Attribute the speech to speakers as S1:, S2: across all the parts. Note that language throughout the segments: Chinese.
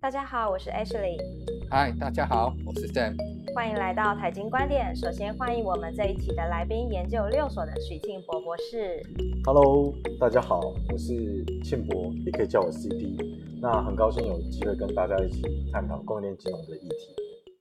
S1: 大家好，我是 Ashley，
S2: 嗨，大家好，我是 Sam。
S1: 欢迎来到财经观点。首先欢迎我们这一期的来宾，研究六所的许庆博博士。
S3: Hello，大家好，我是庆博，也可以叫我 CP。那很高兴有机会跟大家一起探讨供应链金融的议题。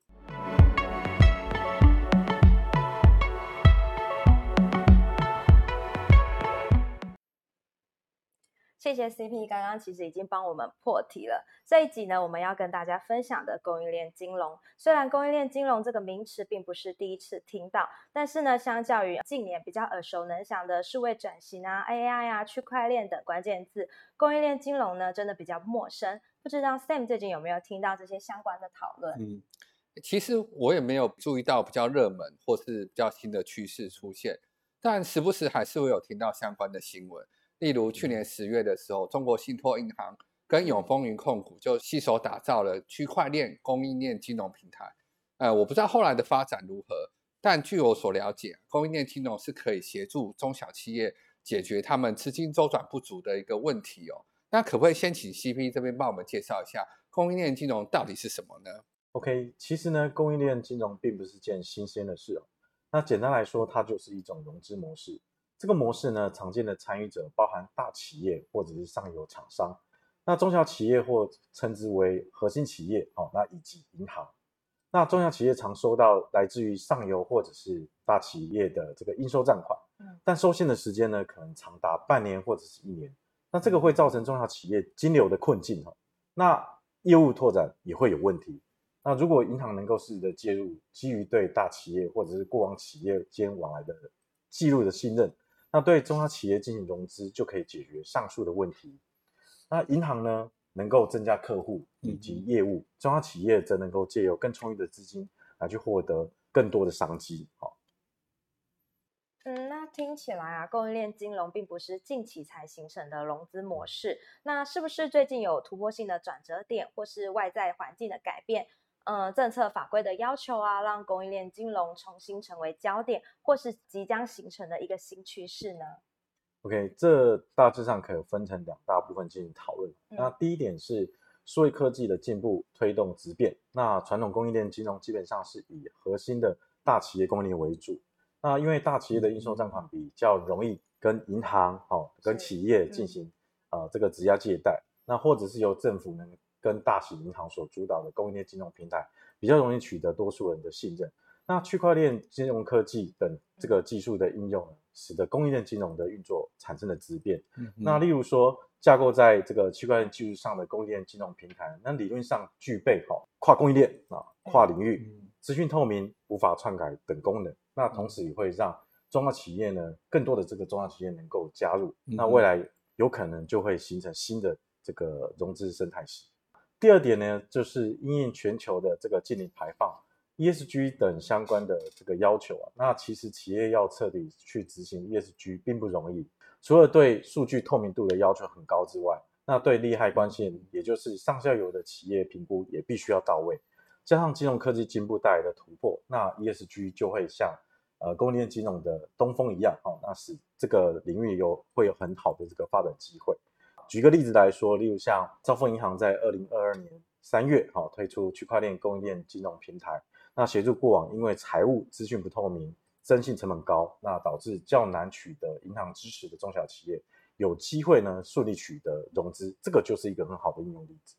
S1: 谢谢 CP，刚刚其实已经帮我们破题了。这一集呢，我们要跟大家分享的供应链金融，虽然供应链金融这个名词并不是第一次听到，但是呢，相较于近年比较耳熟能详的数位转型啊、AI 啊、区块链等关键字，供应链金融呢真的比较陌生。不知道 Sam 最近有没有听到这些相关的讨论？
S2: 其实我也没有注意到比较热门或是比较新的趋势出现，但时不时还是会有听到相关的新闻。例如去年10月的时候，中国信托银行跟永丰云控股就携手打造了区块链供应链金融平台。我不知道后来的发展如何，但据我所了解，供应链金融是可以协助中小企业解决他们资金周转不足的一个问题哦。那可不可以先请 CP 这边帮我们介绍一下供应链金融到底是什么呢？
S3: OK，其实呢，供应链金融并不是件新鲜的事哦。那简单来说，它就是一种融资模式。这个模式呢，常见的参与者包含大企业或者是上游厂商，那中小企业或称之为核心企业那以及银行。那中小企业常收到来自于上游或者是大企业的这个应收账款，但收现的时间呢，可能长达半年或者是1年。那这个会造成中小企业金流的困境那业务拓展也会有问题。那如果银行能够适时的介入，基于对大企业或者是过往企业间往来的记录的信任，那对中小企业进行融资就可以解决上述的问题。那银行呢，能够增加客户以及业务，中小企业则能够借由更充裕的资金来去获得更多的商机。
S1: 那听起来啊，供应链金融并不是近期才形成的融资模式，那是不是最近有突破性的转折点，或是外在环境的改变？政策法规的要求啊，让供应链金融重新成为焦点，或是即将形成的一个新趋势呢？
S3: OK，这大致上可以分成2大部分进行讨论。那第一点是数位科技的进步推动质变，那传统供应链金融基本上是以核心的大企业供应链为主。那因为大企业的应收账款比较容易跟银行跟企业进行这个质押借贷，那或者是由政府呢跟大型银行所主导的供应链金融平台，比较容易取得多数人的信任。那区块链金融科技等这个技术的应用呢，使得供应链金融的运作产生了质变。那例如说，架构在这个区块链技术上的供应链金融平台，那理论上具备跨供应链跨领域、资讯透明、无法篡改等功能。那同时也会让中小企业呢，更多的这个中小企业能够加入。那未来有可能就会形成新的这个融资生态系。第二点呢，就是因应全球的这个净零排放。ESG 等相关的这个要求那其实企业要彻底去执行 ESG 并不容易，除了对数据透明度的要求很高之外，那对利害关系人，也就是上下游的企业评估也必须要到位，加上金融科技进步带来的突破，那 ESG 就会像供应链金融的东风一样那使这个领域会有很好的这个发展机会。举个例子来说，例如像兆丰银行在2022年3月推出区块链供应链金融平台，那协助过往因为财务资讯不透明、征信成本高，那导致较难取得银行支持的中小企业，有机会呢顺利取得融资，这个就是一个很好的应用例子。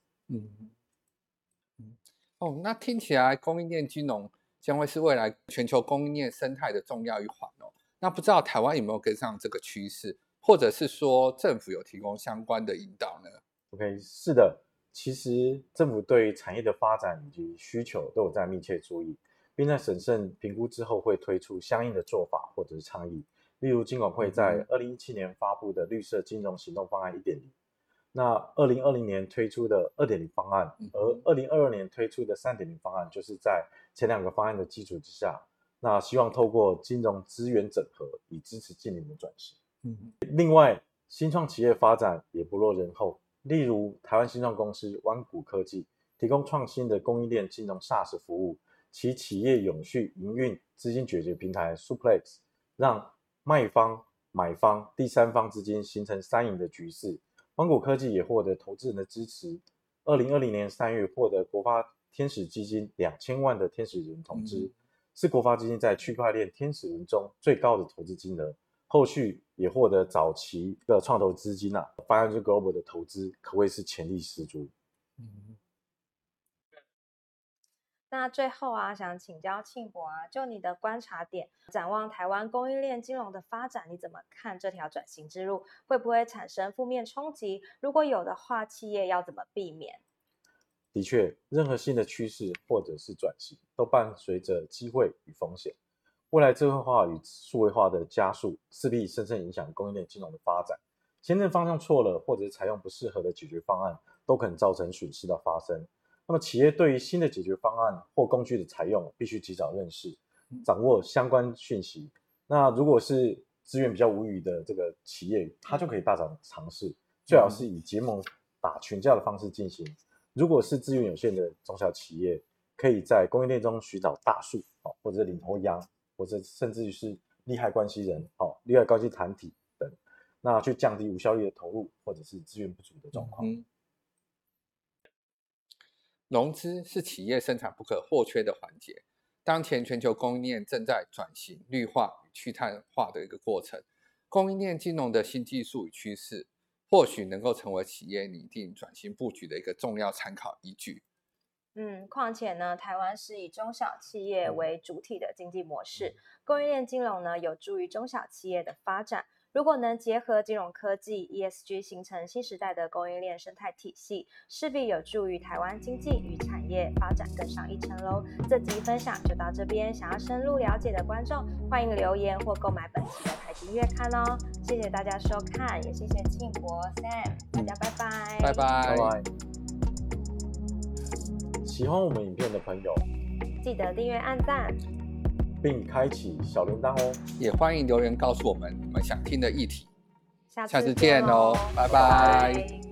S2: 那听起来供应链金融将会是未来全球供应链生态的重要一环哦。那不知道台湾有没有跟上这个趋势，或者是说政府有提供相关的引导呢？
S3: OK， 是的，其实政府对产业的发展以及需求都有在密切注意，并在审慎评估之后会推出相应的做法或者是倡议。例如金管会在2017年发布的绿色金融行动方案 1.0， 那2020年推出的 2.0 方案，而2022年推出的 3.0 方案，就是在前2个方案的基础之下，那希望透过金融资源整合，以支持近邻的转型。另外，新创企业发展也不落人后，例如台湾新创公司湾谷科技提供创新的供应链金融 SaaS 服务，其企业永续营运资金解决平台 Suplex， 让卖方、买方、第三方资金形成3赢的局势。湾谷科技也获得投资人的支持， 2020年3月获得国发天使基金2000万的天使轮投资，是国发基金在区块链天使轮中最高的投资金额。后续也获得早期的创投资金Financial Global 的投资，可谓是潜力十足。
S1: 那最后想请教庆博就你的观察点，展望台湾供应链金融的发展，你怎么看这条转型之路会不会产生负面冲击？如果有的话，企业要怎么避免？
S3: 的确，任何新的趋势或者是转型，都伴随着机会与风险。未来智慧化与数位化的加速，势必深深影响供应链金融的发展。前进方向错了，或者是采用不适合的解决方案，都可能造成损失的发生。那么企业对于新的解决方案或工具的采用，必须及早认识，掌握相关讯息。那如果是资源比较无余的这个企业，它就可以大胆尝试，最好是以结盟打群架的方式进行。如果是资源有限的中小企业，可以在供应链中寻找大树，或者是领头羊，或者甚至于是利害关系人、利害关系团体等，那去降低无效率的投入或者是资源不足的状况。
S2: 融资是企业生产不可或缺的环节。当前全球供应链正在转型、绿化与去碳化的一个过程，供应链金融的新技术与趋势，或许能够成为企业拟定转型布局的一个重要参考依据。
S1: 况且呢，台湾是以中小企业为主体的经济模式，供应链金融呢有助于中小企业的发展。如果能结合金融科技 ESG 形成新时代的供应链生态体系，势必有助于台湾经济与产业发展更上一层楼。这集分享就到这边，想要深入了解的观众，欢迎留言或购买本期的财经月刊哦。谢谢大家收看，也谢谢庆博 Sam， 大家拜拜，
S2: 拜拜，
S3: 拜拜。喜欢我们影片的朋友，
S1: 记得订阅、按赞，
S3: 并开启小铃铛哦。
S2: 也欢迎留言告诉我们你们想听的议题。
S1: 下
S2: 次见哦，拜拜。